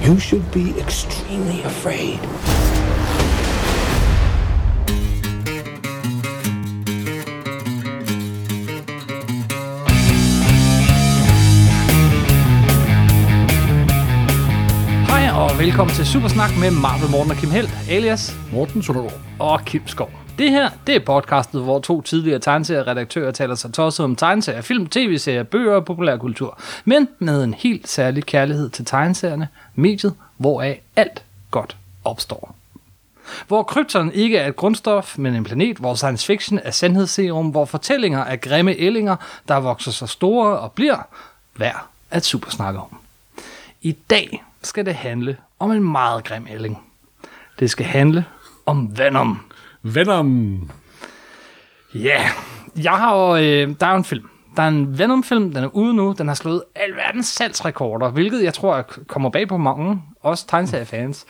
you should be extremely afraid. Og velkommen til Supersnak med Marvel Morten og Kim Helt, alias Morten Søndergaard og Kim Skov. Det her, det er podcastet, hvor to tidligere tegneserieredaktører taler sig tosset om tegneserier, film, tv-serier, bøger og populærkultur. Men med en helt særlig kærlighed til tegneserierne, mediet, hvoraf alt godt opstår. Hvor krypton ikke er et grundstof, men en planet, hvor science fiction er sandhedsserum, hvor fortællinger er grimme ællinger, der vokser så store og bliver værd at supersnakke om. I dag skal det handle om en meget grim ælling. Det skal handle om Venom. Venom! Ja, jeg har jo, der er jo en film. Der er en Venom-film, den er ude nu. Den har slået alverdens salgsrekorder, hvilket jeg tror kommer bag på mange, også tegneseriefans.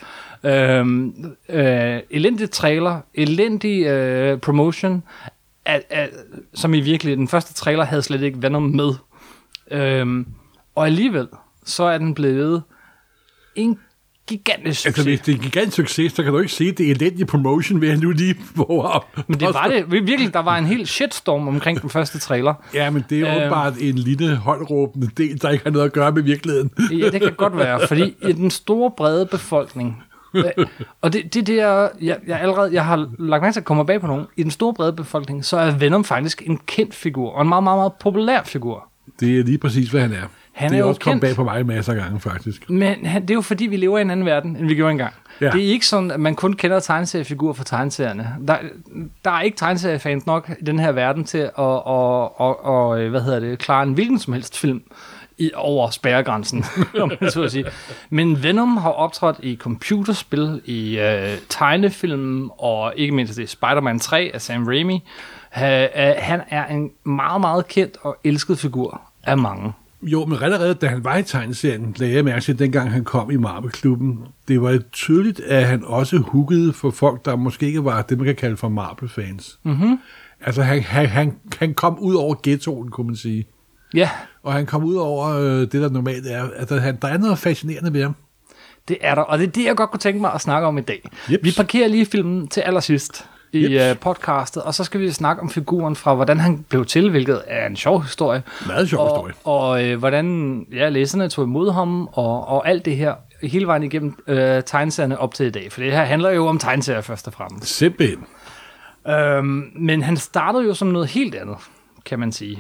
Elendig trailer, elendig promotion, som i virkelig den første trailer havde slet ikke Venom med. Og alligevel, så er den blevet en gigantisk succes. Altså, hvis det er en gigantisk succes, så kan du ikke sige, at det er elendig promotion, ved at nu lige våge op. Men det var det. Virkelig, der var en helt shitstorm omkring den første trailer. Ja, men det er jo bare en lille højtråbende del, der ikke har noget at gøre med virkeligheden. Ja, det kan godt være, fordi i den store, brede befolkning, og det jeg har lagt mærke til at komme bag på nogen, i den store, brede befolkning, så er Venom faktisk en kendt figur, og en meget, meget, meget populær figur. Det er lige præcis, hvad han er. Han det er jo også kommet kendt, bag på mig masser af gange, faktisk. Men det er jo fordi, vi lever i en anden verden, end vi gjorde engang. Ja. Det er ikke sådan, at man kun kender tegneseriefigurer fra tegneserierne. Der er ikke tegneseriefans nok i den her verden til at klare en hvilken som helst film over spærregrænsen, om man så at sige. Men Venom har optrådt i computerspil, i tegnefilm, og ikke mindst i Spider-Man 3 af Sam Raimi. Han er en meget, meget kendt og elsket figur af mange. Jo, men allerede da han var i tegneserien, lagde jeg mærke til, dengang han kom i Marvel-klubben, det var tydeligt, at han også huggede for folk, der måske ikke var det, man kan kalde for Marvel-fans. Mm-hmm. Altså, han kom ud over ghettoen, kunne man sige. Ja. Og han kom ud over det, der normalt er. Altså, der er noget fascinerende ved ham. Det er der, og det er det, jeg godt kunne tænke mig at snakke om i dag. Yep. Vi parkerer lige filmen til allersidst i podcastet, og så skal vi snakke om figuren fra, hvordan han blev til, hvilket er en sjov historie. Meget sjov historie. Og hvordan læserne tog imod ham, og alt det her, hele vejen igennem tegneserierne op til i dag. For det her handler jo om tegneserier først og fremmest. Simpelthen. Men han startede jo som noget helt andet, kan man sige.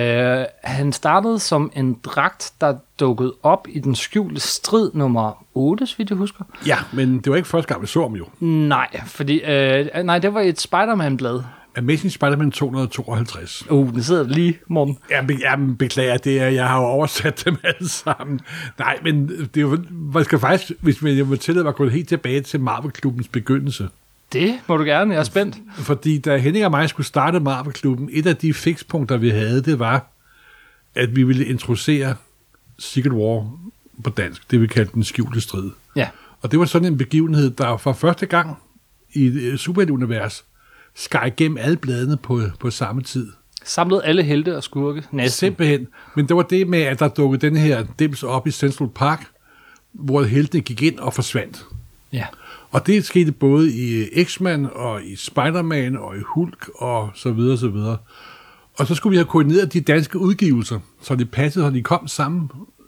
Han startede som en dragt, der dukkede op i den skjulte strid nummer 8, så vidt jeg husker. Ja, men det var ikke første gang, vi så ham jo. Nej, fordi det var et Spider-Man-blad. Amazing Spider-Man 252. Den sidder lige, Morten. Jamen, beklager det, jeg har jo oversat dem alle sammen. Nej, men det er jo, man skal faktisk, hvis jeg må tillade mig at gå helt tilbage til Marvel-klubbens begyndelse. Det må du gerne, jeg er spændt. Fordi da Henning og mig skulle starte Marvel-klubben, et af de fikspunkter, vi havde, det var, at vi ville introducere Secret War på dansk. Det vi kaldte den skjulte strid. Ja. Og det var sådan en begivenhed, der for første gang i superhelteunivers skar igennem alle bladene på samme tid. Samlede alle helte og skurke næsten. Simpelthen. Men det var det med, at der dukkede den her dims op i Central Park, hvor heltene gik ind og forsvandt. Ja. Og det skete både i X-Men og i Spider-Man og i Hulk og så videre, så videre. Og så skulle vi have koordineret de danske udgivelser, så det passede, så de kom samme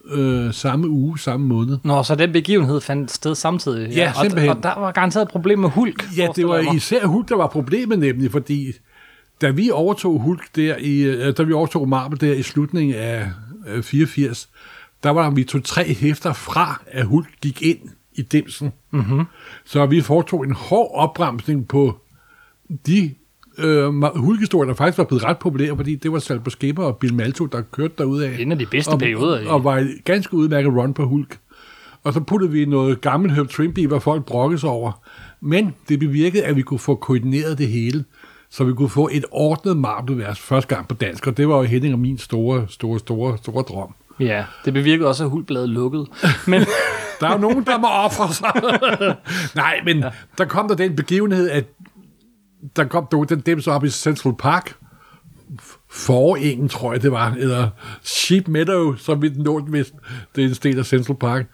uge, samme måned. Nå, så den begivenhed fandt sted samtidig. Ja, simpelthen. Og der var garanteret et problem med Hulk. Ja, det var især Hulk, der var problemet nemlig, fordi da vi overtog Hulk da vi overtog Marvel der i slutningen af 84, der var vi 2-3 hæfter fra, at Hulk gik ind i dimsen. Mm-hmm. Så vi foretog en hård opbremsning på de Hulk-historier, der faktisk var blevet ret populære, fordi det var Sal Buscema og Bill Malto, der kørte derudad. En af de bedste perioder. Og var et ganske udmærket run på Hulk. Og så puttede vi noget gammelt Herb Trimby, hvor folk brokkede sig over. Men det bevirkede, at vi kunne få koordineret det hele, så vi kunne få et ordnet Marvel-univers første gang på dansk. Og det var jo Henning og min store drøm. Ja, det bevirkede også, at Hulk-bladet lukkede. Men der er jo nogen, der må ofre sig. Nej, men der kom der den begivenhed, at der kom den dem så op i Central Park. Forengen, tror jeg det var, eller Sheep Meadow, som vi nåede, hvis det er en del af Central Park.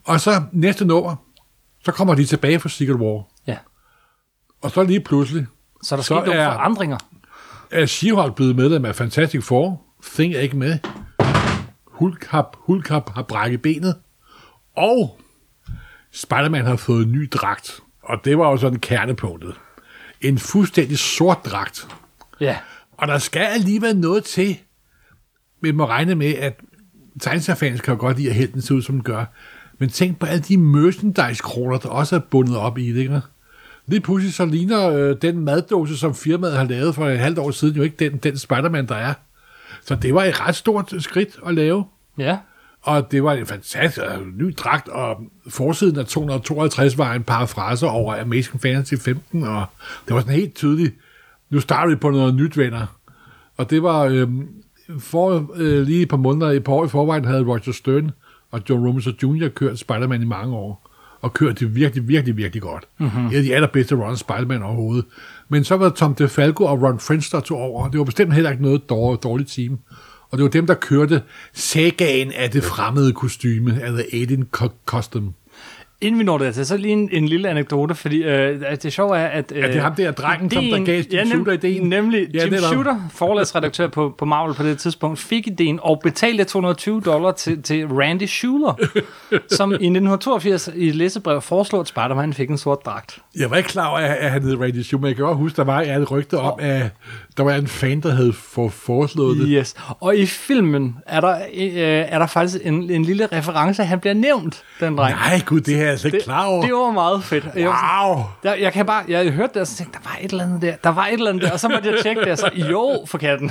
Og så næste nummer, så kommer de tilbage fra Secret War. Ja. Og så lige pludselig, Så der skete nogle forandringer. Er She-Hulk blevet medlem af Fantastic Four. Thing er ikke med. Hulk har brækket benet. Og Spider-Man har fået en ny dragt. Og det var jo sådan kernepunktet. En fuldstændig sort dragt. Ja. Og der skal alligevel noget til. Men må regne med, at tegneseriefans kan jo godt lide, at helten ser ud, som den gør. Men tænk på alle de merchandise-kroner, der også er bundet op i det, ikke? Lige pludselig så ligner den maddåse, som firmaet har lavet for et halvt år siden, jo ikke den Spider-Man, der er. Så det var et ret stort skridt at lave. Ja. Og det var en fantastisk ny dragt, og forsiden af 252 var en parafrase over Amazing Fantasy 15, og det var sådan helt tydeligt. Nu starter vi på noget nyt, venner. Og det var lige et par måneder, et par år i forvejen, havde Roger Stern og John Romita Jr. kørt Spider-Man i mange år. Og kørt det virkelig, virkelig, virkelig godt. Mm-hmm. Et af de allerbedste Ron Spider-Man overhovedet. Men så var Tom DeFalco og Ron French, der tog over. Det var bestemt heller ikke noget dårligt team. Og det var dem, der kørte sagaen af det fremmede kostyme, af The Alien Costume. Inden vi når det til, så lige en lille anekdote, fordi det sjove er, at... det er ham der drengen, som der gav Jim Shooter-ideen? Nemlig Jim Shooter, forlagsredaktør på Marvel på det tidspunkt, fik ideen og betalte $220 til Randy Schuller, som i 1982 i et læsebrev foreslog, at Spider-Man fik en sort dragt. Jeg var ikke klar over, at han hed Randy Schuller, men jeg kan godt huske, der var et rygte om, at der var en fan, der havde foreslået det. Yes, og i filmen er der faktisk en lille reference, han bliver nævnt, den dreng. Nej, gud, det er jeg altså ikke klar over. Det var meget fedt. Wow! Jeg hørte det, og så tænkte, der var et eller andet der, og så måtte jeg tjekke det, og så, jo, for katten.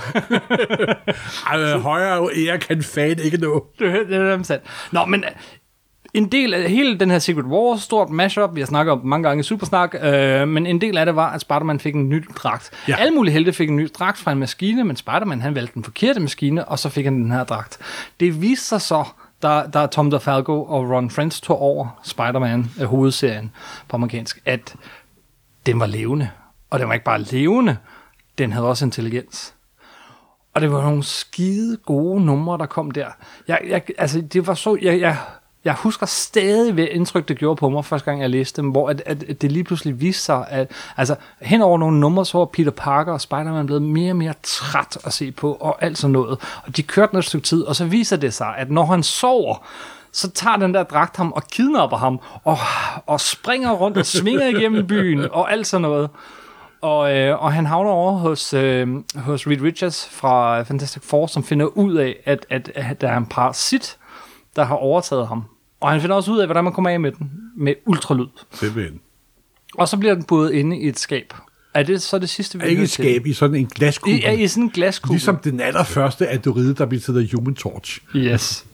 Højere ære kan fan ikke nå. Det er sandt. Nå, men en del af hele den her Secret War, stort mashup, vi har snakket om mange gange i Supersnak, men en del af det var, at Spider-Man fik en ny dragt. Ja. Alle mulige helte fik en ny dragt fra en maskine, men Spider-Man, han valgte den forkerte maskine, og så fik han den her dragt. Det viste sig så, da Tom DeFalco og Ron French tog over Spider-Man, hovedserien på amerikansk, at den var levende. Og den var ikke bare levende, den havde også intelligens. Og det var nogle skide gode numre, der kom der. Det var så... Jeg husker stadig, hvad indtryk det gjorde på mig, første gang jeg læste dem, hvor at det lige pludselig viste sig, at altså, hen over nogle numre, så var Peter Parker og Spider-Man blevet mere og mere træt at se på, og alt sådan noget. Og de kørte noget stykke tid, og så viser det sig, at når han sover, så tager den der dragt ham og kidnapper ham, og springer rundt og svinger igennem byen, og alt sådan noget. Og han havner over hos Reed Richards fra Fantastic Four, som finder ud af, at der er en parasit, der har overtaget ham. Og han finder også ud af, hvordan man kommer af med den, med ultralyd. Simpelthen. Og så bliver den budet inde i et skab. Er det så det sidste, vi ikke et skab, i sådan en glaskugle. I sådan en glaskugle. Ligesom den allerførste androide, der bliver til The Human Torch. Yes.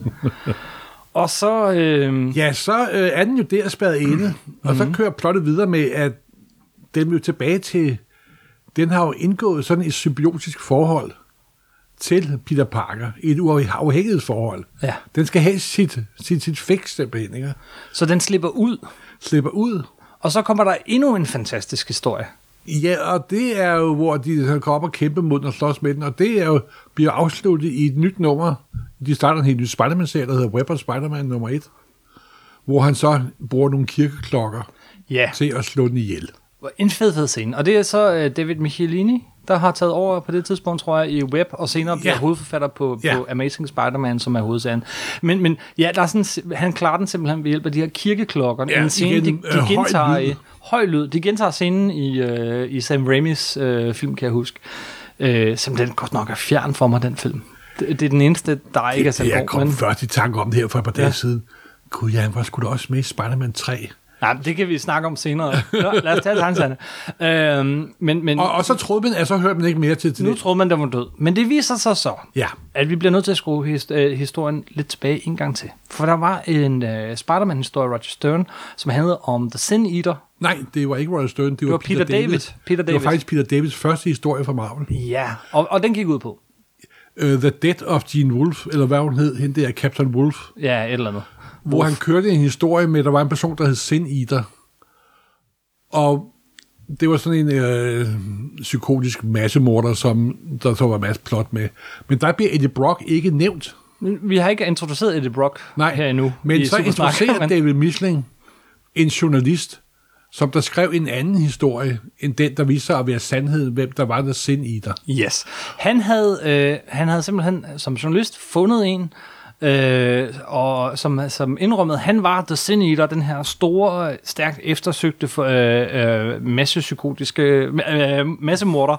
Og så... så er den jo der spærret inde, og så kører plottet videre med, at den er jo tilbage til... Den har jo indgået sådan et symbiotisk forhold til Peter Parker, et uafhængighedsforhold. Ja. Den skal have sit fix, simpelthen, ikke? Så den slipper ud. Og så kommer der endnu en fantastisk historie. Ja, og det er jo, hvor de går op og kæmper mod den og slås med den, og det er jo, bliver afsluttet i et nyt nummer. De starter en helt ny Spider-Man-serie, der hedder Web of Spider-Man nummer 1, hvor han så bruger nogle kirkeklokker til at slå den ihjel. En fed scene. Og det er så David Michelini, der har taget over på det tidspunkt, tror jeg, i Web, og senere bliver hovedforfatter på Amazing Spider-Man, som er hovedserien. Men der er sådan, han klarer den simpelthen ved hjælp af de her kirkeklokker. En scene, de gentager i høj lyd. De gentager scenen i Sam Raimis film, kan jeg huske. Simpelthen godt nok er fjern for mig, den film. Det er den eneste, der ikke er sådan. Jeg kom først i tanke om det her for et par dage siden. Gud, han var sgu da også med i Spider-Man 3. Nej, det kan vi snakke om senere. Lad os tage tegneserierne. Og så troede man, at så hørte man ikke mere til det. Nu troede man, der var død. Men det viser sig så, at vi bliver nødt til at skrue historien lidt tilbage en gang til. For der var en Spider-Man-historie, Roger Stern, som handlede om The Sin Eater. Nej, det var ikke Roger Stern, det var Peter David. Det var faktisk Peter Davids første historie fra Marvel. Ja, og den gik ud på? The Death of Gene Wolfe, eller hvad hun hed, hende der Captain Wolf. Ja, et eller andet. Hvor han kørte en historie med, der var en person, der hed Sin Eater. Og det var sådan en psykotisk massemorder, som der så var masser plot med. Men der bliver Eddie Brock ikke nævnt. Vi har ikke introduceret Eddie Brock her endnu. Men så introducerer David Misling en journalist, som der skrev en anden historie, end den, der viser at være sandheden, hvem der var der Sin Eater. Yes. Han havde simpelthen som journalist fundet en, og som indrømmede, han var The Sin Eater, den her store, stærkt eftersøgte massepsykotiske massemorder.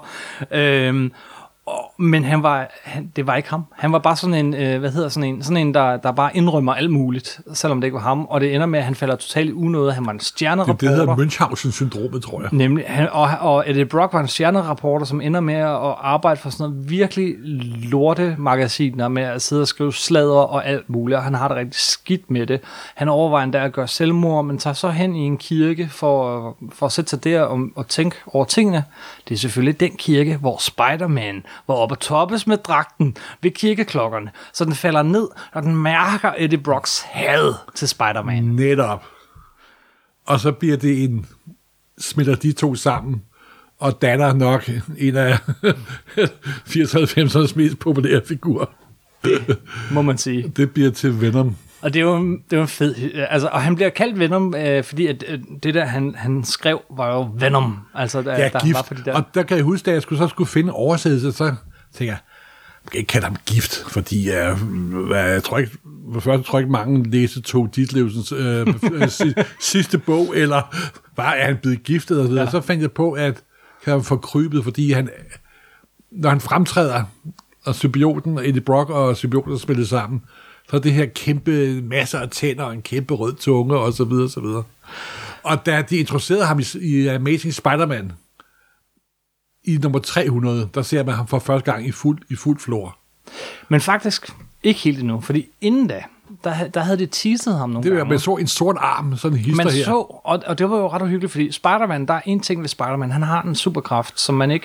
Men det var ikke ham. Han var bare sådan en, der bare indrømmer alt muligt, selvom det ikke var ham. Og det ender med, at han falder totalt unådet. Han var en stjernereporter. Det hedder Münchhausen-syndromet, tror jeg. Nemlig. Og Eddie Brock var en stjernereporter, som ender med at arbejde for sådan noget virkelig lorte magasiner med at sidde og skrive sladder og alt muligt. Og han har det rigtig skidt med det. Han overvejer endda at gøre selvmord, men tager så hen i en kirke for at sætte sig der og tænke over tingene. Det er selvfølgelig den kirke, hvor Spider-Man var oppe og toppes med dragten ved kirkeklokkerne, så den falder ned, og den mærker Eddie Brocks had til Spider-Man. Netop. Og så bliver det smelter de to sammen, og danner nok en af 80-90'ernes mest populære figurer. Må man sige. Det bliver til Venom. Og det var en fed... Altså, og han bliver kaldt Venom, fordi at det der, han skrev, var jo Venom. Altså, der gift. Var på de der. Og der kan jeg huske, da jeg skulle finde oversættelse, så tænker jeg ikke kalde ham gift, fordi jeg tror ikke mange læste Tove Ditlevsens sidste bog, eller bare er han blevet giftet, og så, ja. Så fandt jeg på, at han var forkrybet, fordi når han fremtræder, og symbioten, Eddie Brock og symbioten spillet sammen, så er det her kæmpe masser af tænder, og en kæmpe rød tunge, og så videre, så videre. Og da de introducerede ham i Amazing Spider-Man, i nummer 300, der ser man ham for første gang i fuld flor. Men faktisk ikke helt endnu, fordi inden der havde de teaset ham nogle gange. Man så en sort arm, sådan en hister her. Og det var jo ret uhyggeligt, fordi Spider-Man, der er en ting ved Spider-Man, han har en superkraft,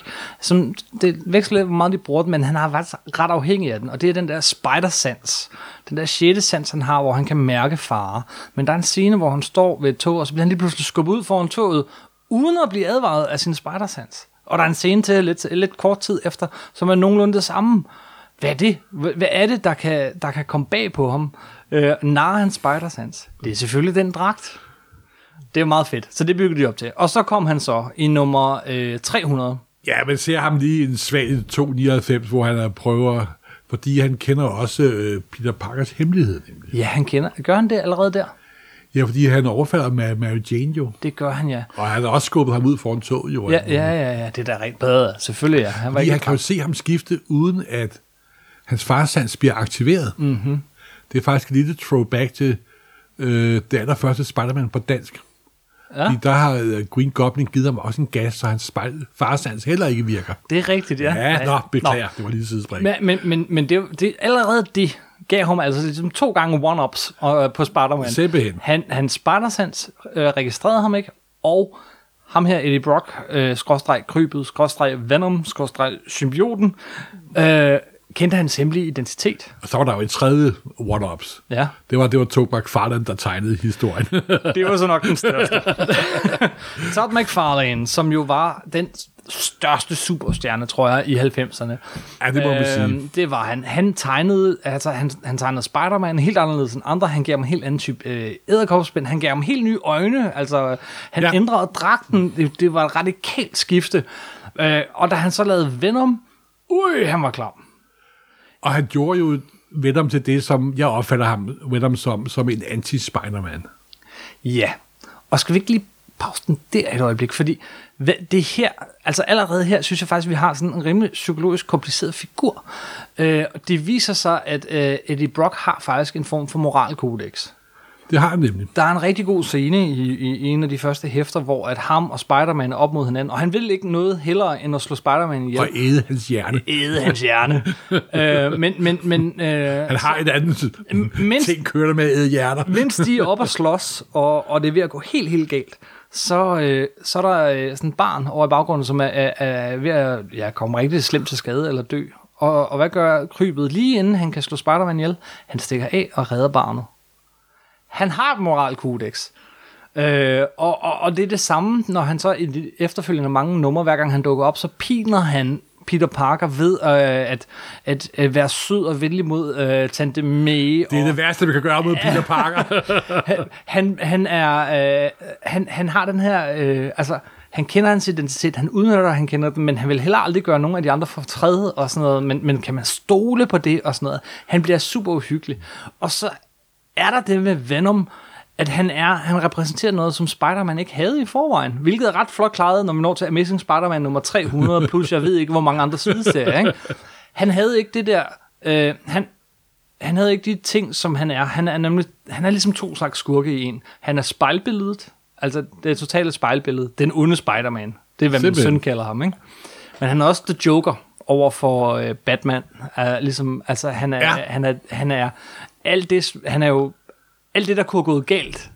det veksler lidt, hvor meget de bruger den, men han har været ret afhængig af den, og det er den der spider-sans, den der 6. sans, han har, hvor han kan mærke fare. Men der er en scene, hvor han står ved et tog, og så bliver han lige pludselig skubbet ud foran toget, uden at blive advaret af sin spider-sans. Og der er en scene til lidt kort tid efter, som er nogenlunde det samme. Hvad er det? Hvad er det, der kan komme bag på ham? Narrer han spider-sans? Det er selvfølgelig den dragt. Det er jo meget fedt, så det bygger de op til. Og så kom han så i nummer 300. Ja, man ser ham lige i en svag 299, hvor han prøver, fordi han kender også Peter Parkers hemmelighed. Nemlig. Ja, han kender. Gør han det allerede der? Ja, fordi han overfalder med Mary Jane jo. Det gør han, ja. Og han har også skubbet ham ud foran toget jo. Ja, det er da rent bedre. Selvfølgelig, ja. Han kan jo se ham skifte, uden at hans farsans bliver aktiveret. Mm-hmm. Det er faktisk et lille throwback til det allerførste Spider-Man på dansk. Ja. Fordi der har Green Goblin givet ham også en gas, så hans farsans heller ikke virker. Det er rigtigt, ja. Ja, beklager. Det var lige sidespring. Men det allerede det gav ham altså ligesom 2 gange one-ups på Spider-Man. Simpelthen. Hans spider-sans registrerede ham ikke, og ham her, Eddie Brock, _krybet, _venom, _symbioten, kendte hans hemmelige identitet. Og så var der jo et tredje one-ups. Ja. Det var Todd McFarlane, der tegnede historien. Det var så nok den største. Todd McFarlane, som jo var den største superstjerne, tror jeg, i 90'erne. Ja, det må man sige. Det var han. Han tegnede Spider-Man helt anderledes end andre. Han gav ham en helt anden type edderkopspind. Han gav ham helt nye øjne. Altså, han ændrede dragten. Det var et radikalt skifte. Og da han så lavede Venom, han var klar. Og han gjorde jo Venom til det, som jeg opfatter ham, Venom som en anti-Spider-Man. Ja, og skal vi ikke lige pause den der et øjeblik, fordi det her, altså allerede her, synes jeg faktisk, vi har sådan en rimelig psykologisk kompliceret figur. Det viser sig, at Eddie Brock har faktisk en form for moralkodex. Det har han nemlig. Der er en rigtig god scene i en af de første hæfter, hvor at ham og Spider-Man er op mod hinanden, og han vil ikke noget hellere, end at slå Spider-Man ihjel. Og æde hans hjerne. Men han har et andet ting kører med at æde hjerner. Mens de er oppe og slås, og det er ved at gå helt galt, så er der sådan et barn over i baggrunden, som er ved at komme rigtig slemt til skade eller dø. Og hvad gør krybet lige inden han kan slå Spider-Man ihjel? Han stikker af og redder barnet. Han har et moralkodex. Og det er det samme, når han så i de efterfølgende mange numre, hver gang han dukker op, så piner han Peter Parker ved at være sød og venlig mod Tante May. Det er det værste, vi kan gøre mod Peter Parker. Han har den her... han kender hans identitet, han udnytter, han kender den, men han vil heller aldrig gøre nogen af de andre fortræd og sådan noget, men kan man stole på det og sådan noget? Han bliver super uhyggelig. Og så er der det med Venom, at han repræsenterer noget, som Spider-Man ikke havde i forvejen, hvilket er ret flot klaret, når vi når til Amazing Spider-Man nummer 300, plus jeg ved ikke, hvor mange andre sideserier, ikke? Han havde ikke det der... Han havde ikke de ting, som han er. Han er ligesom to slags skurke i en. Han er spejlbilledet, altså det er totalt spejlbillede. Den onde Spider-Man. Det er, hvad min søn kalder ham, ikke? Men han er også The Joker over for Batman. Han er alt det, han er jo alt det, der kunne have gået galt.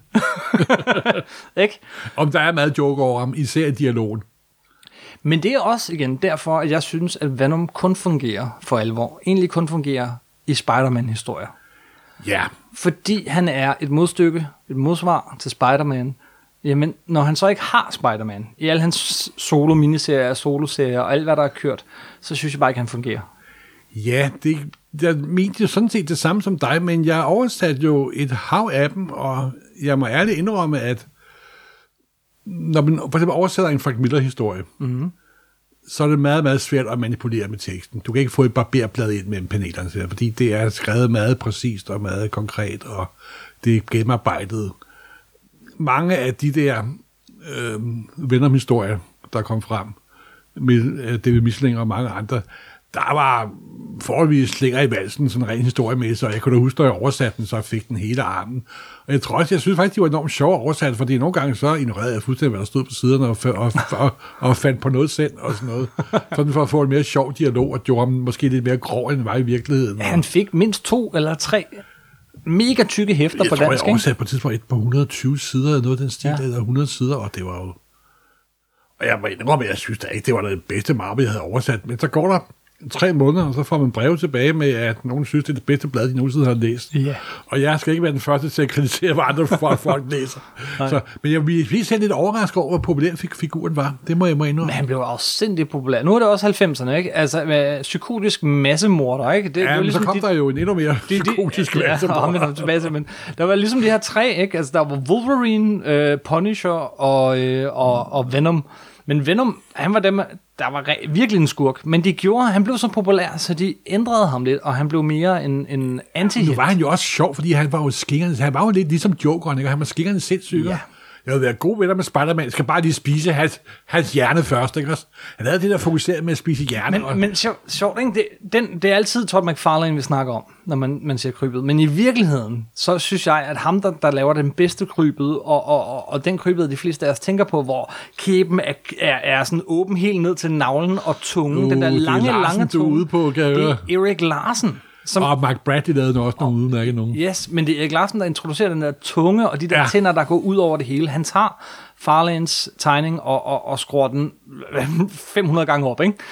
Ikke? Om der er meget Joker over ham, især i dialogen. Men det er også igen derfor, at jeg synes, at Venom kun fungerer for alvor. Egentlig kun fungerer i Spider-Man-historier. Ja. Fordi han er et modstykke, et modsvar til Spider-Man. Jamen, når han så ikke har Spider-Man, i alle hans solo-miniserier, soloserier og alt, hvad der er kørt, så synes jeg bare ikke, han fungerer. Ja, jeg mente jo sådan set det samme som dig, men jeg oversatte jo et hav af dem, og jeg må ærligt indrømme, at når man for eksempel oversætter en Frank Miller-historie, så er det meget, meget svært at manipulere med teksten. Du kan ikke få et barberblad ind mellem panelerne, fordi det er skrevet meget præcist og meget konkret, og det er gennemarbejdet. Mange af de der Venom-historier, der kom frem, med David Misling og mange andre, der var forholdsvis slinger i valsen, sådan en ren historiemæssigt, og jeg kunne da huske, når jeg oversatte den, så jeg den hele armen. Og jeg synes faktisk, de var enormt sjove oversat, fordi nogle gange så ignorerede jeg fuldstændig, hvad der stod på siderne, og fandt på noget selv, og sådan noget. Sådan for at få en mere sjov dialog, og gjorde ham måske lidt mere grov, end var i virkeligheden. Han fik mindst 2 eller 3 mega tykke hæfter på dansk, ikke? Jeg tror, jeg oversatte på et tidspunkt et på 120 sider, eller noget af den stil, eller 100 sider, og det var jo... Og jeg må indrømme, jeg synes da ikke, det var det bedste Marvel, jeg havde oversat, men så går der 3 måneder, og så får man breve tilbage med, at nogen synes, det er det bedste blad, de nogensinde har læst. Yeah. Og jeg skal ikke være den første til at kritisere, hvad andre folk læser. Men jeg vil selv lidt overrasket over, hvor populær figuren var. Det må jeg indrømme. Men han blev også sindssygt populær. Nu er det også 90'erne, ikke? Altså, med psykotisk massemorder, ikke? Det men ligesom så kom der jo en endnu mere psykotisk massemorder. Men der var ligesom de her 3, ikke? Altså, der var Wolverine, Punisher og Venom. Men Venom, han var dem, der var virkelig en skurk, men de gjorde, han blev så populær, så de ændrede ham lidt, og han blev mere en anti-hit. Nu var han jo også sjov, fordi han var jo skingerne, han var jo lidt ligesom Jokeren, ikke? Han var skingerne sindssygt. Ja. Jeg ville være god venner med Spider-Man, skal bare lige spise hans hjerne først, ikke? Han havde det der fokuseret med at spise hjerne. Men sjovt, ikke? Det er altid Todd McFarlane, vi snakker om, når man siger krybet. Men i virkeligheden, så synes jeg, at ham, der laver den bedste krybet, og den krybet, de fleste af os tænker på, hvor kæben er sådan åben helt ned til navlen og tungen, den der lange tunge, på, det er Erik Larsen. Og Mark Bradley lavede også nogle udmærket nogen. Yes, men det er Erik Larsen, der introducerer den der tunge, og de der tænder, der går ud over det hele. Han tager Farlanes tegning og skruer den 500 gange op, ikke?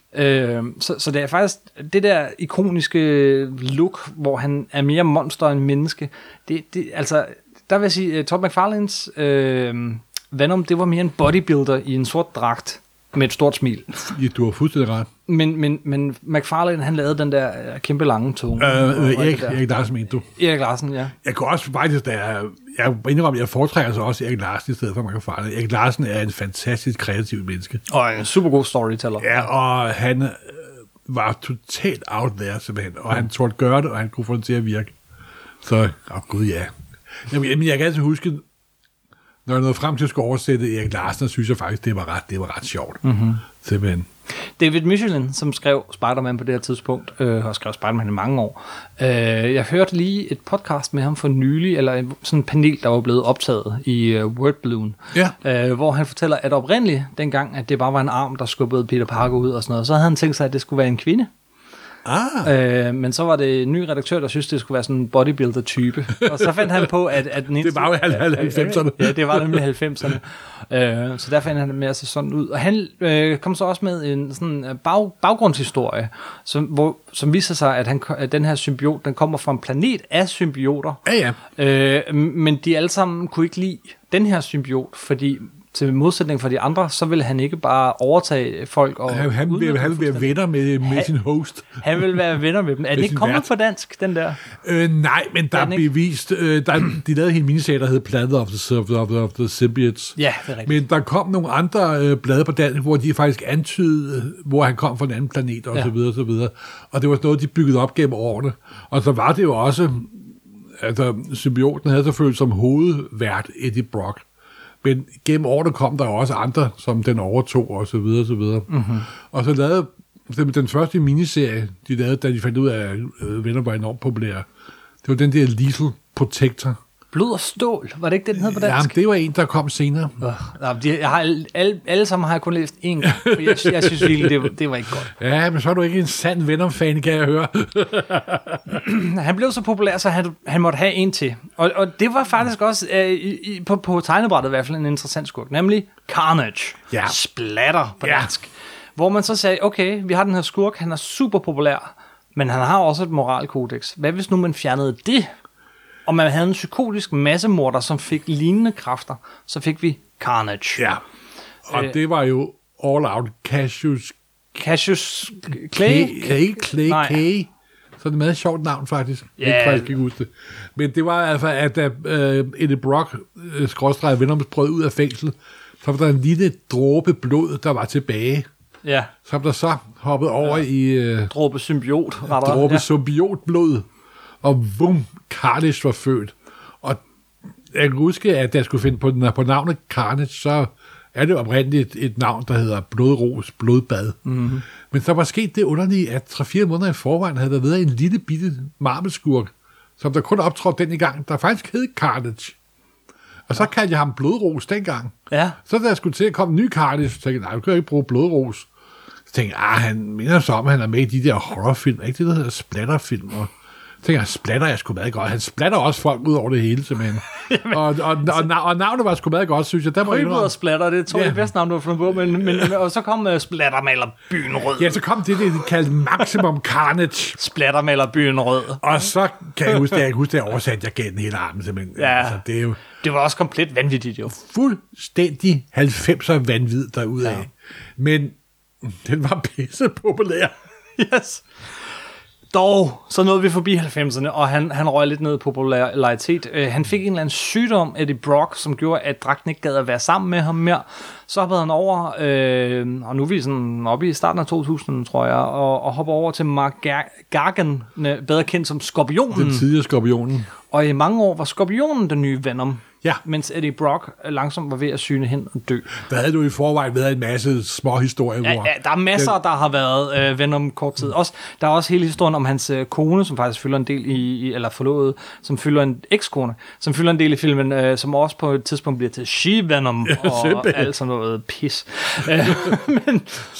Så det er faktisk det der ikoniske look, hvor han er mere monster end menneske. Altså, der vil jeg sige, Todd McFarlanes Venom, det var mere en bodybuilder i en sort dragt med et stort smil. Ja, du har fuldstændig ret. Men McFarlane, han lavede den der kæmpe lange tunge. Erik Larsen, mente du? Erik Larsen, ja. Jeg kunne også faktisk, jeg indrømmer, jeg foretrækker så også Erik Larsen i stedet for McFarlane. Erik Larsen er en fantastisk kreativ menneske. Og en super god storyteller. Ja, og han var totalt out there, simpelthen. Og han turde gøre det, og han kunne få det til at virke. Så, gud ja. Jamen, jeg kan altid huske, når jeg nåede frem til at skulle oversætte Erik Larsen, synes jeg faktisk, det var ret sjovt. Simpelthen. David Michelin, som skrev Spider-Man på det her tidspunkt, har skrevet Spider-Man i mange år. Jeg hørte lige et podcast med ham for nylig, eller sådan en panel, der var blevet optaget i Wordballoon, hvor han fortæller, at oprindeligt, dengang, at det bare var en arm, der skubbede Peter Parker ud og sådan noget, så havde han tænkt sig, at det skulle være en kvinde. Men så var det en ny redaktør, der synes det skulle være sådan en bodybuilder-type. Og så fandt han på, at det var jo 90'erne. Ja, det var nemlig 90'erne. Så der fandt han det med at se sådan ud. Og han kom så også med en sådan baggrundshistorie, som viser sig, at den her symbiot, den kommer fra en planet af symbioter. Ja. Men de alle sammen kunne ikke lide den her symbiot, fordi til modsætning fra de andre, så ville han ikke bare overtage folk og Han vil være venner med sin host. Han vil være venner med dem. Er det ikke kommet på dansk, den der? Nej, men der er bevist... de lavede en miniserie, der hed Planet of the Symbiotes. Ja, det er rigtigt. Men der kom nogle andre blade på dansk, hvor de faktisk antydede, hvor han kom fra en anden planet, og så videre, og så videre. Og det var noget, de byggede op gennem årene. Og så var det jo også... Altså, symbioten havde selvfølgelig som hovedvært Eddie Brock. Men gennem årene kom der også andre, som den overtog, og så videre, og så videre. Mm-hmm. Og så lavede den første miniserie, de lavede, da de fandt ud af, at venner var enormt populære. Det var den der Lethal Protector. Blod og stål, var det ikke det, den hed på dansk? Jamen, det var en, der kom senere. Jeg har alle sammen har jeg kun læst én gang. Jeg synes virkelig, det var ikke godt. Ja, men så er du ikke en sand Venom-fan, kan jeg høre. Han blev så populær, så han måtte have en til. Og det var faktisk også på tegnebrættet i hvert fald en interessant skurk, nemlig Carnage. Ja. Splatter på dansk. Hvor man så sagde, okay, vi har den her skurk, han er super populær, men han har også et moralkodex. Hvad hvis nu man fjernede det? Og man havde en psykotisk massemorder, som fik lignende kræfter, så fik vi Carnage. Ja, og det var jo all out Cassius Clay? Clay. Så det er et meget sjovt navn, faktisk. Ja. Jeg kan faktisk ikke huske det. Men det var altså, at da Eddie Brock, Venom, brød ud af fængsel, så var der en lille dråbe blod, der var tilbage. Ja. Som der så hoppede over i... Dråbe symbiot. Dråbe symbiotblod. Og vum, Carnage var født. Og jeg kan huske, at jeg skulle finde på navnet Carnage, så er det oprindeligt et navn, der hedder Blodros Blodbad. Mm-hmm. Men så var sket det underlige, at 3-4 måneder i forvejen havde der været en lille bitte marmelskurk, som der kun optrådte den i gang, der faktisk hed Carnage. Og så kaldte jeg ham Blodros dengang. Ja. Så da jeg skulle til at komme en ny Carnage, så tænkte jeg, nej, du kan ikke bruge Blodros. Så tænkte jeg, han minder så om, at han er med i de der horrorfilm, ikke det, der hedder splatterfilm, og tænker, han splatter jeg sgu meget godt. Han splatter også folk ud over det hele, simpelthen. og navnet var sgu meget godt, synes jeg. Krybud og splatter, det er to af de bedste navne, du har fundet på, men og så kom Splattermaler Byen Rød. Ja, så kom det kaldte Maximum Carnage. Splattermaler Byen Rød. Og så kan jeg huske, at jeg oversatte, jeg gav den hele armen, simpelthen. Ja, altså, det var også komplet vanvittigt, jo. Fuldstændig 90'er vanvid derudad. Ja. Men den var pisse populær. Yes. Dog, så nåede vi forbi 90'erne, og han røg lidt ned i popularitet. Han fik en eller anden sygdom, Eddie Brock, som gjorde, at dragten ikke gad at være sammen med ham mere. Så hoppede han over, og nu er vi sådan oppe i starten af 2000, tror jeg, og hopper over til Mark Gargan, bedre kendt som Skorpionen. Den tidligere Skorpionen. Og i mange år var Skorpionen den nye Venom. Ja. Mens Eddie Brock langsomt var ved at syne hen og dø. Der havde du i forvejen været en masse små historier. Ja, der er masser, der har været Venom kort tid. Der er også hele historien om hans kone, som faktisk fylder en del eller forlovede, som fylder en ekskone, som fylder en del i filmen, som også på et tidspunkt bliver til She-Venom, og alt sådan noget pis. Men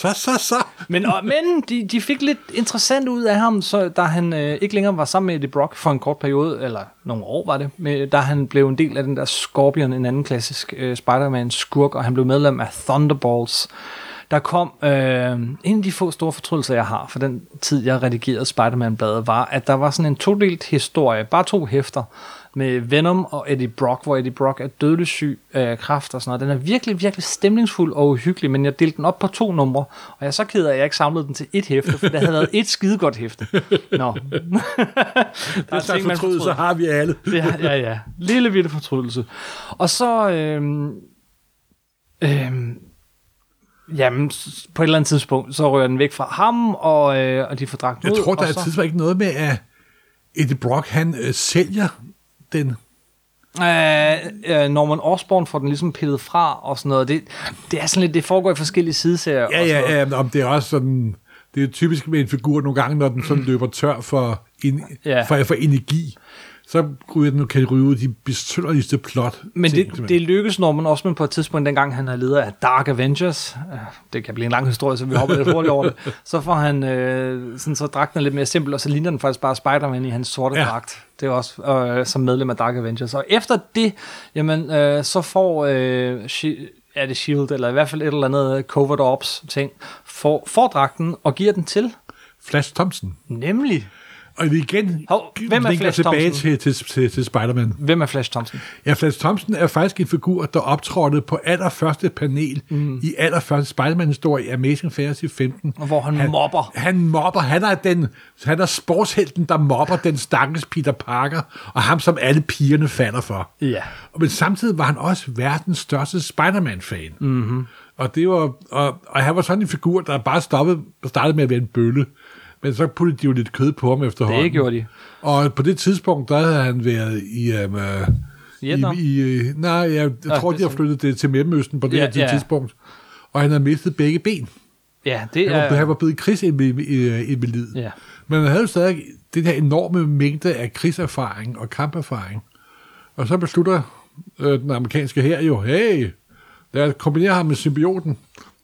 de fik lidt interessant ud af ham, så da han ikke længere var sammen med Eddie Brock for en kort periode, eller nogle år var det, da han blev en del af den der Scorpion, en anden klassisk Spider-Man-skurk, og han blev medlem af Thunderbolts. Der kom en af de få store fortrydelser, jeg har for den tid, jeg redigerede Spider-Man-bladet, var, at der var sådan en todelt historie, bare 2 hæfter, med Venom og Eddie Brock, hvor Eddie Brock er dødelig syg af kræft og sådan noget. Den er virkelig, virkelig stemningsfuld og uhyggelig, men jeg delte den op på 2 numre, og jeg er så ked af, at jeg ikke samlede den til 1 hæfte, for der havde været 1 skidegodt hæfte. Nå. Det er slags fortrydelse, har vi alle. Ja. Lille bitte fortrydelse. Og så... jamen, på et eller andet tidspunkt, så rører den væk fra ham, og de får dragt ud. Jeg tror, der er et tidspunkt ikke noget med, at Eddie Brock, han sælger den. Norman Osborn får den ligesom pillet fra, og sådan noget. Det er sådan lidt, det foregår i forskellige sideserier. Ja, om det er også sådan, det er typisk med en figur nogle gange, når den sådan løber tør for energi. Så kan de ryge ud de besynderligste plot. Men det lykkes Norman Osborn på et tidspunkt, dengang han er leder af Dark Avengers. Det kan blive en lang historie, så vi hopper lidt hurtigt over det. Så får han sådan, så dragten er lidt mere simpel, og så ligner den faktisk bare Spider-Man i hans sorte dragt. Det er også som medlem af Dark Avengers. Og efter det, jamen, så får er det Shield, eller i hvert fald et eller andet Covert Ops ting, får dragten og giver den til Flash Thompson. Nemlig. Og vi igen hvem er Flash tilbage Thompson? til Spider-Man. Hvem er Flash Thompson? Ja, Flash Thompson er faktisk en figur, der optrådte på allerførste panel i allerførste Spider-Man-historie i Amazing Fantasy 15. Og hvor han mobber. Han mobber. Han er sportshelten, der mobber den stakkels Peter Parker, og ham, som alle pigerne falder for. Ja. Men samtidig var han også verdens største Spider-Man-fan. Mm-hmm. Og det var, og han var sådan en figur, der bare startede med at være en bølle. Men så puttede de jo lidt kød på ham efterhånden. Det gjorde de. Og på det tidspunkt, der havde han været i... Vietnam? Jeg tror, de har flyttet det til Mellemøsten på det her tidspunkt. Og han havde mistet begge ben. Ja, det er... Han var blevet krigsinvalid. Ja. Men han havde jo stadig den her enorme mængde af krigserfaring og kamperfaring. Og så beslutter den amerikanske hær jo, hey, lad os kombinere ham med symbioten.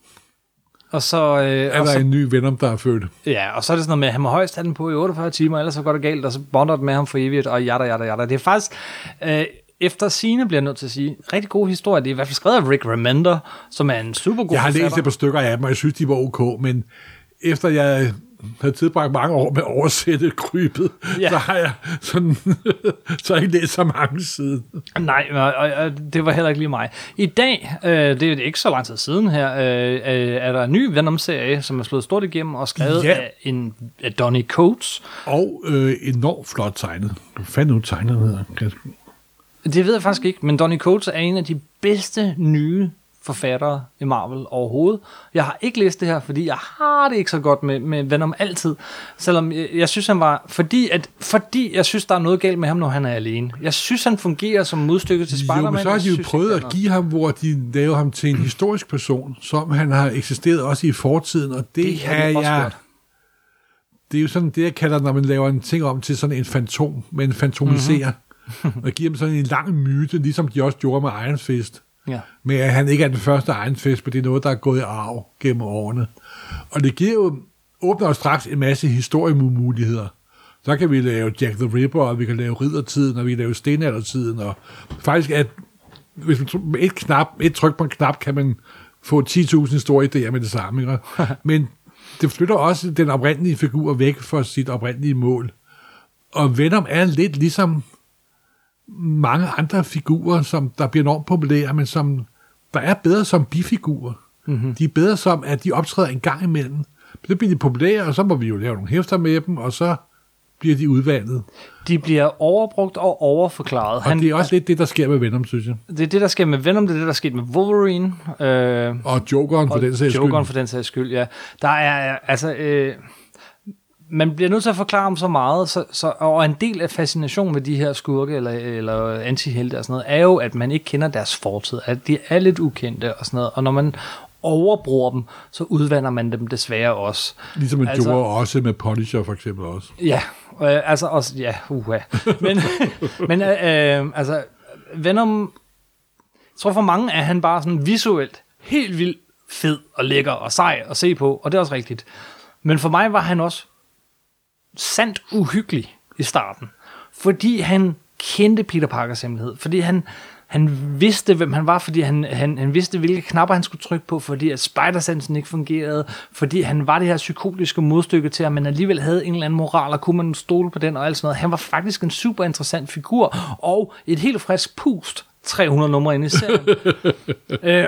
Og så... er der en ny Venom, der er født. Ja, og så er det sådan noget med, at han må højst have den på i 48 timer, ellers så går det galt, og så bonder det med ham for evigt, og jada. Det er faktisk... efter sigende bliver jeg nødt til at sige, rigtig god historie. Det er i hvert fald skrevet af Rick Remender, som er en super god Jeg har forfatter. læst et par stykker af dem, og jeg synes, de var ok, men efter jeg havde tilbragt mange år med at oversætte krybet, så har jeg sådan, så har jeg ikke læst så mange siden. Nej, og det var heller ikke lige mig. I dag, det er ikke så lang tid siden her, er der en ny Venom-serie, som er slået stort igennem og skrevet af Donny Coates. Og enormt flot tegnet. Hvad fanden nu tegnet hedder? Det ved jeg faktisk ikke, men Donny Coates er en af de bedste nye forfattere i Marvel overhovedet. Jeg har ikke læst det her, fordi jeg har det ikke så godt med Venom altid. Selvom jeg synes, han var... Fordi jeg synes, der er noget galt med ham, når han er alene. Jeg synes, han fungerer som modstykke til Spider-Man. Jo, men så har de jo prøvet at give ham, hvor de laver ham til en historisk person, som han har eksisteret også i fortiden, og det er jeg... Det er jo sådan det, jeg kalder, når man laver en ting om til sådan en fantom, men fantomiserer. Og giver dem sådan en lang myte, ligesom de også gjorde med Iron Fist. Ja. Men at han ikke er den første Iron Fist, men det er noget, der er gået i arv gennem årene. Og det giver jo, åbner jo straks en masse historiemuligheder. Så kan vi lave Jack the Ripper, og vi kan lave Riddertiden, og vi kan lave Stenaldertiden, og faktisk at hvis man med et tryk på en knap, kan man få 10.000 historieidéer med det samme. Ikke? Men det flytter også den oprindelige figur væk fra sit oprindelige mål. Og Venom er lidt ligesom mange andre figurer, som der bliver enormt populære, men som der er bedre som bifigurer. Mm-hmm. De er bedre som, at de optræder en gang imellem. Så bliver de populære, og så må vi jo lave nogle hæfter med dem, og så bliver de udvandet. De bliver overbrugt og overforklaret. Og det er også lidt det, der sker med Venom, synes jeg. Det er det, der sker med Venom, det er det, der sker med Wolverine. Og Jokeren for den sags skyld. Jokeren for den sags skyld, ja. Der er, altså... man bliver nødt til at forklare om så meget, og en del af fascinationen ved de her skurke eller antihelte og sådan noget, er jo, at man ikke kender deres fortid, at de er lidt ukendte og sådan noget, og når man overbruger dem, så udvander man dem desværre også. Ligesom man gjorde også med Punisher for eksempel også. Ja, altså også, ja, men altså, Venom, jeg tror for mange er han bare sådan visuelt helt vildt fed og lækker og sej at se på, og det er også rigtigt. Men for mig var han også sandt uhyggelig i starten, fordi han kendte Peter Parkers hemmelighed, fordi han vidste, hvem han var, fordi han vidste, hvilke knapper han skulle trykke på, fordi at spider-sensen ikke fungerede, fordi han var det her psykotiske modstykke til, at man alligevel havde en eller anden moral, og kunne man stole på den og alt sådan noget. Han var faktisk en super interessant figur, og et helt frisk pust, 300 numre inde i serien.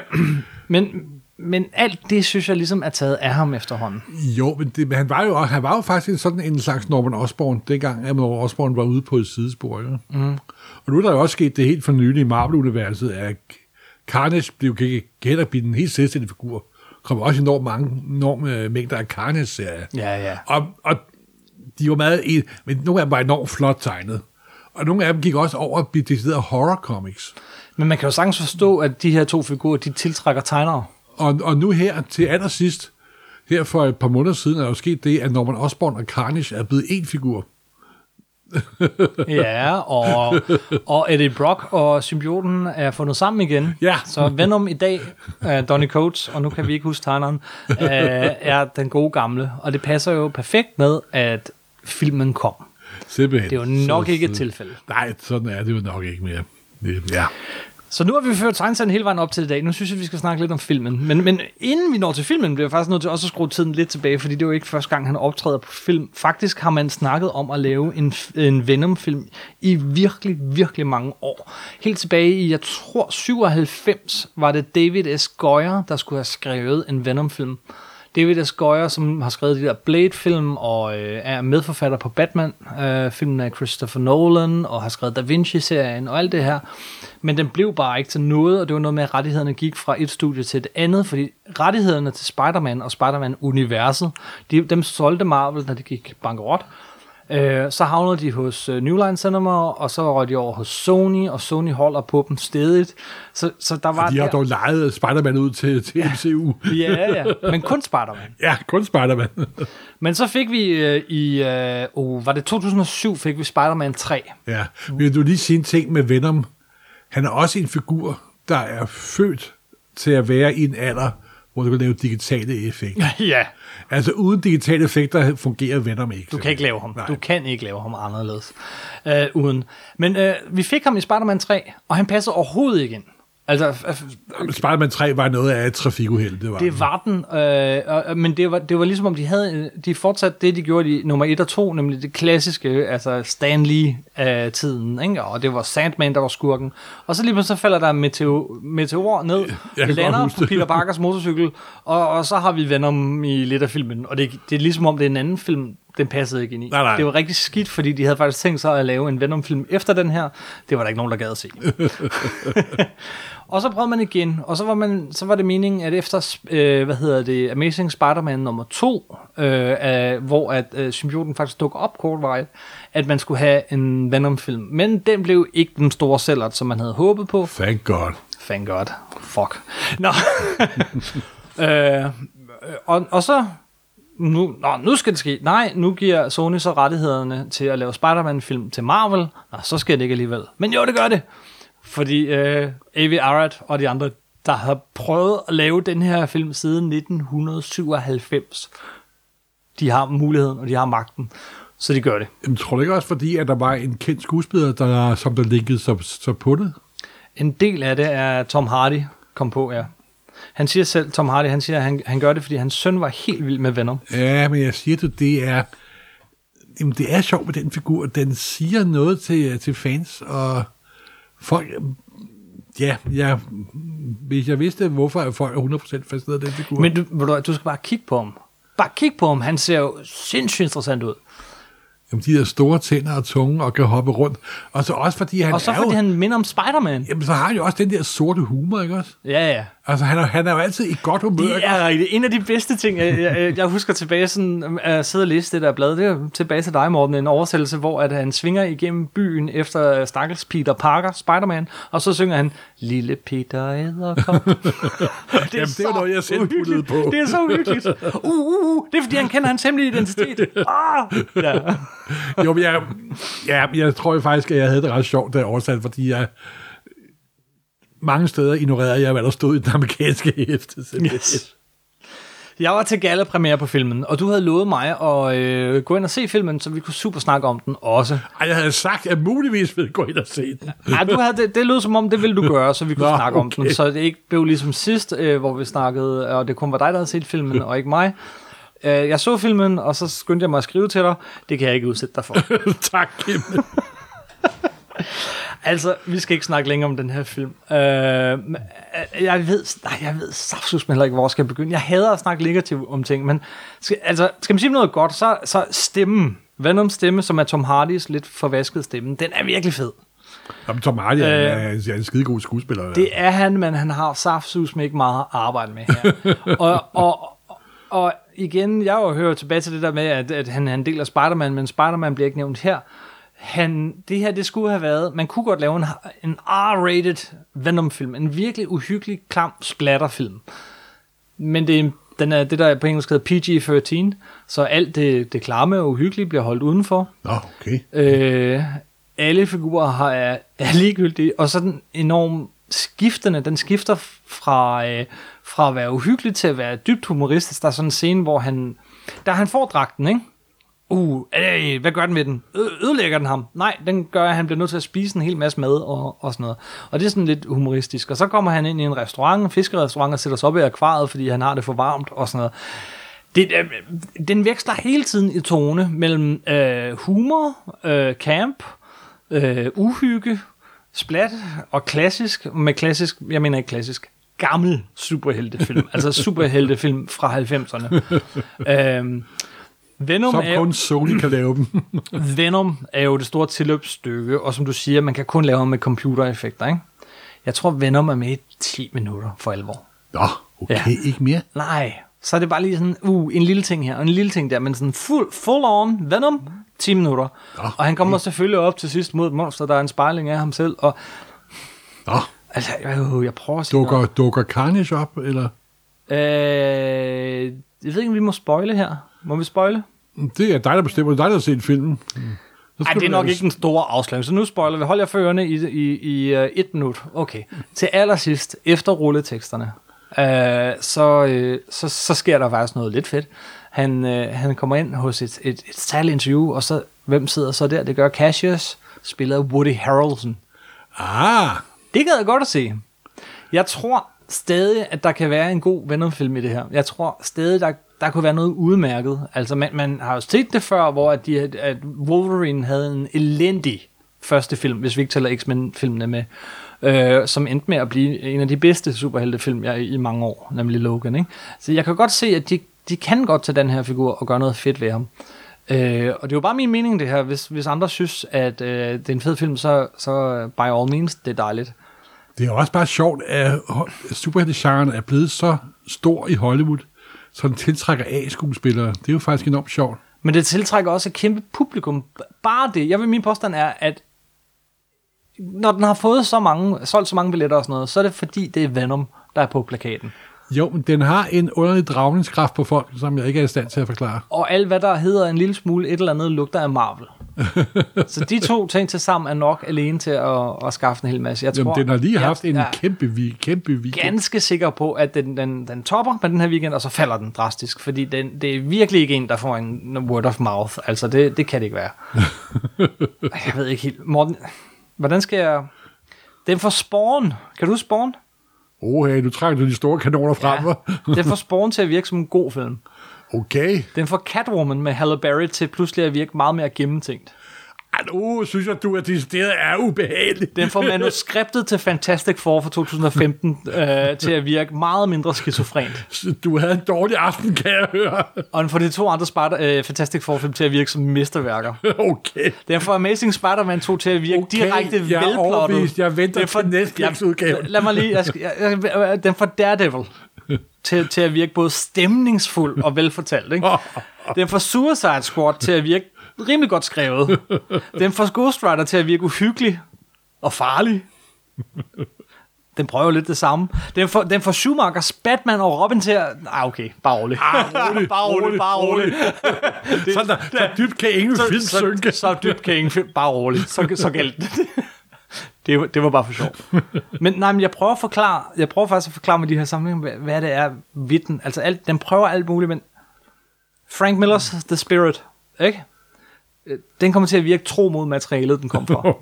Men alt det, synes jeg ligesom er taget af ham efterhånden. Jo, men han var jo faktisk sådan en slags Norman Osborn, dengang at Norman Osborn var ude på et sidespor. Ja? Mm. Og nu er der jo også sket det helt for nylig i Marvel-universet, at Carnage blev kendt at blive den helt selvstændige figur. Der kom også enorme mængder af Carnage-serier. Ja. Og de var meget men nogle af dem var enormt flot tegnet. Og nogle af dem gik også over at blive decideret horror comics. Men man kan jo sagtens forstå, at de her to figurer, de tiltrækker tegnere. Og nu her til allersidst, her for et par måneder siden, er der jo sket det, at Norman Osborn og Carnage er blevet én figur. Ja, og Eddie Brock og symbioten er fundet sammen igen. Ja. Så Venom i dag, Donny Coates, og nu kan vi ikke huske tegneren, er den gode gamle. Og det passer jo perfekt med, at filmen kom. Simpelthen. Det er jo nok ikke et tilfælde. Nej, sådan er det jo nok ikke mere. Ja. Så nu har vi ført tegneserien hele vejen op til i dag. Nu synes jeg, vi skal snakke lidt om filmen. Men inden vi når til filmen, bliver jeg faktisk nødt til også at skrue tiden lidt tilbage, fordi det er jo ikke første gang, han optræder på film. Faktisk har man snakket om at lave en Venom-film i virkelig, virkelig mange år. Helt tilbage i, jeg tror, 97 var det David S. Goyer, der skulle have skrevet en Venom-film. David S. Goyer, som har skrevet de der Blade-film og er medforfatter på Batman-filmen af Christopher Nolan og har skrevet Da Vinci-serien og alt det her. Men den blev bare ikke til noget, og det var noget med, at rettighederne gik fra et studie til et andet, fordi rettighederne til Spider-Man og Spider-Man-universet, dem solgte Marvel, da det gik bankerot. Så havnede de hos New Line Cinema, og så røg de over hos Sony, og Sony holder på dem stedigt. Så der var de har dog lejet Spider-Man ud til MCU. Ja, men kun Spider-Man. Ja, kun Spider-Man. Men så fik vi var det 2007, fik vi Spider-Man 3. Ja, vil du lige sige en ting med Venom? Han er også en figur, der er født til at være i en alder, hvor du kan lave digitale effekter. Ja. Altså uden digitale effekter fungerer Venom ikke. Du kan ikke lave ham. Nej. Du kan ikke lave ham anderledes. Uden. Men vi fik ham i Spider-Man 3, og han passer overhovedet ikke ind. Altså, Spider-Man 3 var noget af et trafikuheld, det var den, men det var ligesom om de fortsatte det, de gjorde i nummer 1 og 2, nemlig det klassiske, altså Stan Lee-tiden, ikke? Og det var Sandman, der var skurken. Og så lige pludselig falder der en meteor ned, lander på Peter Parkers motorcykel, og så har vi Venom i lidt af filmen, og det er ligesom om det er en anden film, den passede ikke ind i. Nej. Det var rigtig skidt, fordi de havde faktisk tænkt sig at lave en Venom-film efter den her. Det var der ikke nogen, der gad at se. Og så prøvede man igen, og så var det meningen, at efter, Amazing Spider-Man nummer 2, hvor at symbioten faktisk dukker op kortvarigt, at man skulle have en Venom-film. Men den blev ikke den store sælgert, som man havde håbet på. Thank God. Thank God. Fuck. Nå. Og så... Nu skal det ske. Nej, nu giver Sony så rettighederne til at lave Spider-Man-film til Marvel. Nå, så skal det ikke alligevel. Men jo, det gør det. Fordi Avi Arad og de andre, der har prøvet at lave den her film siden 1997, de har muligheden, og de har magten. Så de gør det. Jeg tror ikke også, fordi at der var en kendt skuespiller, som der linkede så på det? En del af det er Tom Hardy kom på, ja. Han siger selv, Tom Hardy, at han gør det, fordi hans søn var helt vild med Venom. Ja, men jeg siger det er sjovt med den figur. Den siger noget til fans, og folk... Ja, hvis jeg vidste, hvorfor folk er 100% fascineret af den figur. Men du skal bare kigge på ham. Bare kig på ham. Han ser jo sindssygt interessant ud. Jamen, de der store tænder og tunge og kan hoppe rundt. Og så også fordi han minder om Spider-Man. Jamen, så har han jo også den der sorte humor, ikke også? Ja. Altså, han er jo altid i godt humør. Det er rigtigt. En af de bedste ting, jeg husker tilbage sådan, at sidde og læse det der blad, det er tilbage til dig, Morten, en oversættelse, hvor at han svinger igennem byen efter stakkels Peter Parker, Spider-Man, og så synger han, Lille Peter Edderkop. Det er noget, jeg selv puttede på. Det er så uhyggeligt. Det er, fordi han kender hans hemmelige identitet. Ja. Jo, men jeg tror faktisk, at jeg havde det ret sjovt, da jeg oversatte, fordi jeg mange steder ignorerede jeg, hvad der stod i den amerikanske hæfte. Yes. Jeg var til gala-premiere på filmen, og du havde lovet mig at gå ind og se filmen, så vi kunne super snakke om den også. Ej, jeg havde sagt, at jeg muligvis ville gå ind og se den. Nej, det lød som om, det ville du gøre, så vi kunne snakke om den. Så det ikke blev ligesom sidst, hvor vi snakkede, og det kun var dig, der havde set filmen, og ikke mig. Jeg så filmen, og så skyndte jeg mig at skrive til dig. Det kan jeg ikke udsætte dig for. Tak, Kim. Altså, vi skal ikke snakke længere om den her film. Jeg ved saftsus heller ikke, hvor skal jeg begynde. Jeg hader at snakke negativt om ting, men skal man sige noget godt, så stemmen, Venoms stemme, som er Tom Hardys lidt forvaskede stemme, den er virkelig fed. Jamen, Tom Hardy er en skidegod skuespiller. Det er han, men han har saftsus med ikke meget at arbejde med her. Og igen, jeg har jo hørt tilbage til det der med, at han er en del af Spider-Man, men Spider-Man bliver ikke nævnt her. Det her, det skulle have været, man kunne godt lave en R-rated Venom-film, en virkelig uhyggelig, klam splatterfilm. Men det er det, der på engelsk hedder PG-13, så alt det klamme og uhyggelige bliver holdt udenfor. Okay. Alle figurer er ligegyldige, og så den enormt skiftende, den skifter fra at være uhyggelig til at være dybt humoristisk. Der er sådan en scene, hvor han får dragten, ikke? hvad gør den med den? Ødelægger den ham? Nej, den gør, at han bliver nødt til at spise en hel masse mad og sådan noget. Og det er sådan lidt humoristisk. Og så kommer han ind i en restaurant, en fiskerestaurant, og sætter sig op i akvariet, fordi han har det for varmt og sådan noget. Den veksler hele tiden i tone mellem humor, camp, uhygge, splat og klassisk. Med klassisk, jeg mener ikke klassisk, gammel superheltefilm. Altså superheltefilm fra 90'erne. Venom som kun Sony kan lave dem. Venom er jo det store tilløbsstykke, og som du siger, man kan kun lave ham med computereffekter, ikke? Jeg tror, Venom er med i 10 minutter for alvor. Nå, okay, ikke mere? Nej, så er det bare lige sådan, en lille ting her, og en lille ting der, men sådan full on Venom, 10 minutter. Nå, og han kommer selvfølgelig op til sidst mod et monster, der er en spejling af ham selv, og... Nå. Altså, jeg prøver at sige Dukker Carnage op, eller? Jeg ved ikke, om vi må spoile her. Må vi spoile? Det er dig, der bestemmer. Det er dig, der har set filmen. Nej, det er nok ikke den store afsløring, så nu spoiler vi. Hold jer for ørerne i 1 minut. Okay. Til allersidst, efter rulleteksterne, så sker der faktisk noget lidt fedt. Han kommer ind hos et særligt interview, og så, hvem sidder så der? Det gør Cassius, spillet af Woody Harrelson. Det gad jeg godt at se. Jeg tror stadig, at der kan være en god Venom-film i det her. Jeg tror stadig, der kunne være noget udmærket. Altså, man har jo set det før, hvor at Wolverine havde en elendig første film, hvis vi ikke tæller X-Men-filmene med, som endte med at blive en af de bedste superheltefilm i mange år, nemlig Logan, ikke? Så jeg kan godt se, at de kan godt tage den her figur og gøre noget fedt ved ham. Og det er jo bare min mening, det her. Hvis andre synes, at det er en fed film, så by all means, det er dejligt. Det er jo også bare sjovt, at superheltegenren er blevet så stor i Hollywood, så den tiltrækker A-skuespillere. Det er jo faktisk enormt sjovt. Men det tiltrækker også et kæmpe publikum. Bare det. Min påstand er, at når den har fået solgt så mange billetter og sådan noget, så er det fordi, det er Venom, der er på plakaten. Jo, men den har en underlig dragningskraft på folk, som jeg ikke er i stand til at forklare. Og alt, hvad der hedder en lille smule et eller andet, lugter af Marvel. Så de to ting til sammen er nok alene til at skaffe en hel masse. Jeg tror, den har lige haft en kæmpe weekend. Ganske sikker på, at den topper med den her weekend, og så falder den drastisk. Fordi det er virkelig ikke en, der får en word of mouth. Altså, det kan det ikke være. Jeg ved ikke helt. Morten, hvordan skal jeg... Den får Spawn. Kan du Spawn? Hey, nu trækker du de store kanoner frem. Ja, den får Spawn til at virke som en god film. Okay. Den får Catwoman med Halle Berry til pludselig at virke meget mere gennemtænkt. Synes jeg, du er decideret er ubehagelig. Den får manuskriptet til Fantastic Four fra 2015 til at virke meget mindre skizofrent. Du havde en dårlig aften, kan jeg høre. Og den får de 2 andre Fantastic Four-film til at virke som mesterværker. Okay. Den får Amazing Spider-Man 2 til at virke direkte velplottet. Jeg venter til Netflix-udgaven. Lad mig lige... Den får Daredevil til at virke både stemningsfuld og velfortalt. Ikke? Den får Suicide Squad til at virke rimelig godt skrevet. Den får Ghost Rider til at virke uhyggelig og farlig. Den prøver lidt det samme. Den får Schumachers Batman og Robin til at... okay, bare roligt. Bare roligt. Så dybt kan ingen film synke. Så dybt kan ingen film... Bare roligt. Så galt det. Det var bare for sjov. Men jeg prøver faktisk at forklare med de her sammenhænge, hvad det er vidden. Altså, den prøver alt muligt, men Frank Millers The Spirit, ikke? Den kommer til at virke tro mod materialet, den kom fra.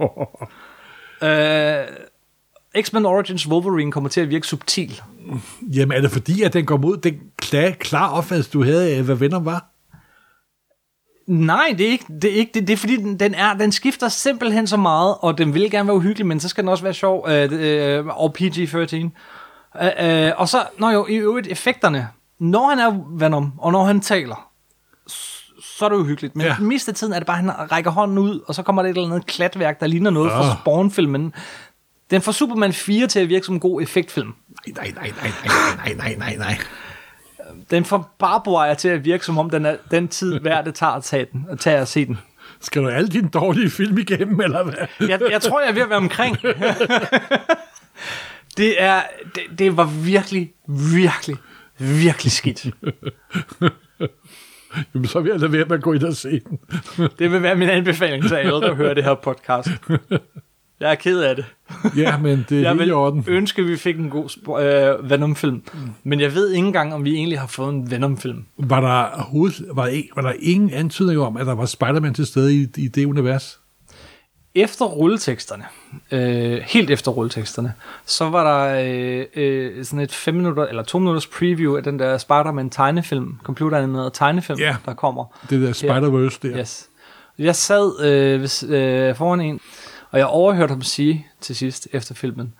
X-Men Origins Wolverine kommer til at virke subtil. Jamen, er det fordi, at den går mod den klare opfattelse, du havde af, hvad Venom var? Nej, det er ikke. Det er fordi, den skifter simpelthen så meget, og den vil gerne være uhyggelig, men så skal den også være sjov, og PG-13. Og så, i øvrigt, effekterne. Når han er Venom, og når han taler, så er det uhyggeligt. Men den meste af tiden er det bare, at han rækker hånden ud, og så kommer der et eller andet klatværk, der ligner noget fra Spawn-filmen. Den får Superman 4 til at virke som en god effektfilm. Nej. Den får Barbwire til at virke, som om den er den tid værd, det tager at tage at se den. Skal du alle dine dårlige film igennem, eller hvad? Jeg tror, jeg er ved at være omkring. Det var virkelig, virkelig, virkelig skidt. Jamen, så vil jeg lade være med at gå ind og se den. Det vil være min anbefaling til alle, der hører det her podcast. Jeg er ked af det. Ja, men det er Jeg helt i orden. vil ønske, at vi fik en god Venom-film. Men jeg ved ikke engang, om vi egentlig har fået en Venom-film. Var der ingen antydning om, at der var Spider-Man til stede i det univers? Efter rulleteksterne, helt efter rulleteksterne, så var der sådan et 5 minutter eller 2 minutters preview af den der Spider-Man tegnefilm, computeranimeret tegnefilm, der kommer. Det der Spider-Verse der. Yes. Jeg sad foran en, og jeg overhørte ham sige til sidst efter filmen,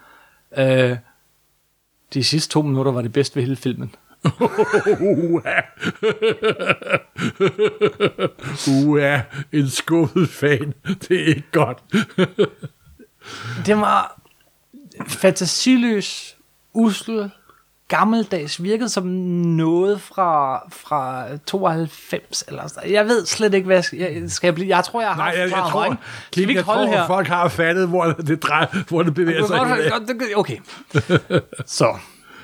de sidste 2 minutter var det bedste ved hele filmen. En skuffet fan. Det er ikke godt. Det var fantasiløs, usel, gammeldags, virkede som noget fra 92 eller sådan. Jeg ved slet ikke, hvad skal jeg blive. Jeg tror, jeg har haft jeg tror, folk har fattet, hvor det bevæger sig. Okay. Så.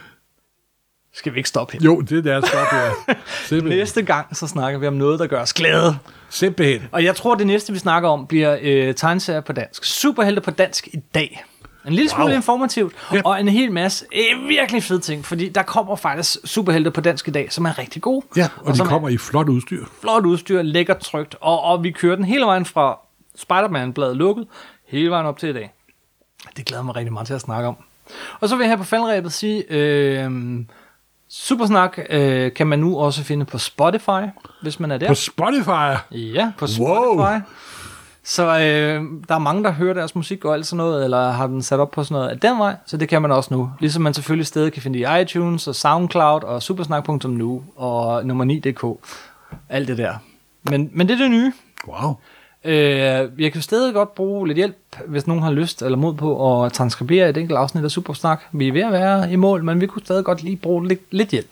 Skal vi ikke stoppe her? Jo, det er deres stop her. Næste gang, så snakker vi om noget, der gør os glade. Simpelthen. Og jeg tror, det næste, vi snakker om, bliver tegneserier på dansk. Superhelte på dansk i dag. En lille smule informativt, og en hel masse virkelig fede ting, fordi der kommer faktisk superhelte på dansk i dag, som er rigtig gode. Ja, og de kommer i flot udstyr. Flot udstyr, lækkert trygt, og vi kører den hele vejen fra Spider-Man-bladet lukket, hele vejen op til i dag. Det glæder mig rigtig meget til at snakke om. Og så vil jeg her på faldrebet sige, Supersnak kan man nu også finde på Spotify, hvis man er der. På Spotify? Ja, på Spotify. Wow. Så der er mange, der hører deres musik og alt sådan noget, eller har den sat op på sådan noget af den vej, så det kan man også nu. Ligesom man selvfølgelig stadig kan finde i iTunes og SoundCloud og supersnak.nu og nummer 9.dk. Alt det der. Men det er det nye. Wow. Jeg kan stadig godt bruge lidt hjælp, hvis nogen har lyst eller mod på at transkribere et enkelt afsnit af Supersnak. Vi er ved at være i mål, men vi kunne stadig godt lige bruge lidt hjælp,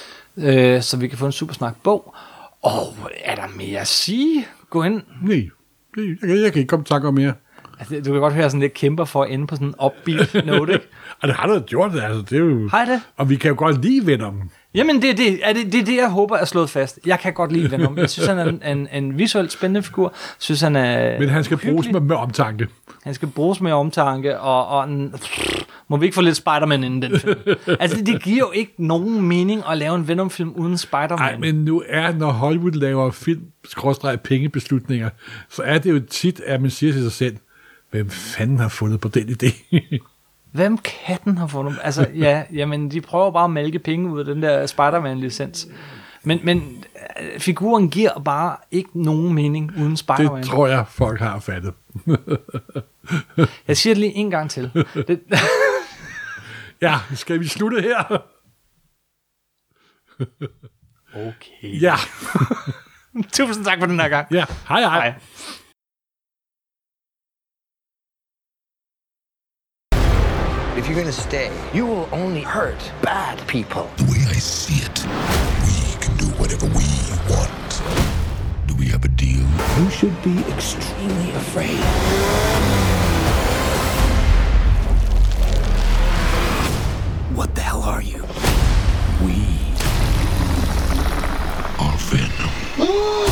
så vi kan få en Supersnak-bog. Og er der mere at sige? Gå ind. Nej, jeg kan ikke komme i tanke om mere. Altså, du kan godt høre sådan lidt kæmper for at ende på sådan en upbeat note, ikke? Og det har du gjort, altså. Det er jo... Har det? Og vi kan jo godt lide Venom. Jamen, det er det, jeg håber er slået fast. Jeg kan godt lide Venom. Jeg synes, han er en visuelt spændende figur. Synes, han er Men han skal bruges med omtanke. Han skal bruges med omtanke, og må vi ikke få lidt Spider-Man inden den film? Altså, det giver jo ikke nogen mening at lave en Venom-film uden Spider-Man. Nej, men nu når Hollywood laver pengebeslutninger, så er det jo tit, at man siger til sig selv, hvem fanden har fundet på den idé? Hvem katten har fundet? Altså, jamen, de prøver bare at mælke penge ud af den der Spider-Man-licens. Men figuren giver bare ikke nogen mening uden Spider-Man. Det tror jeg, folk har fattet. Jeg siger det lige en gang til. Ja, skal vi slutte her? Okay. Ja. Tusind tak for den her gang. Ja, hej. If you're gonna stay, you will only hurt bad people. The way I see it, we can do whatever we want. Do we have a deal? You should be extremely afraid. What the hell are you? We Are Venom.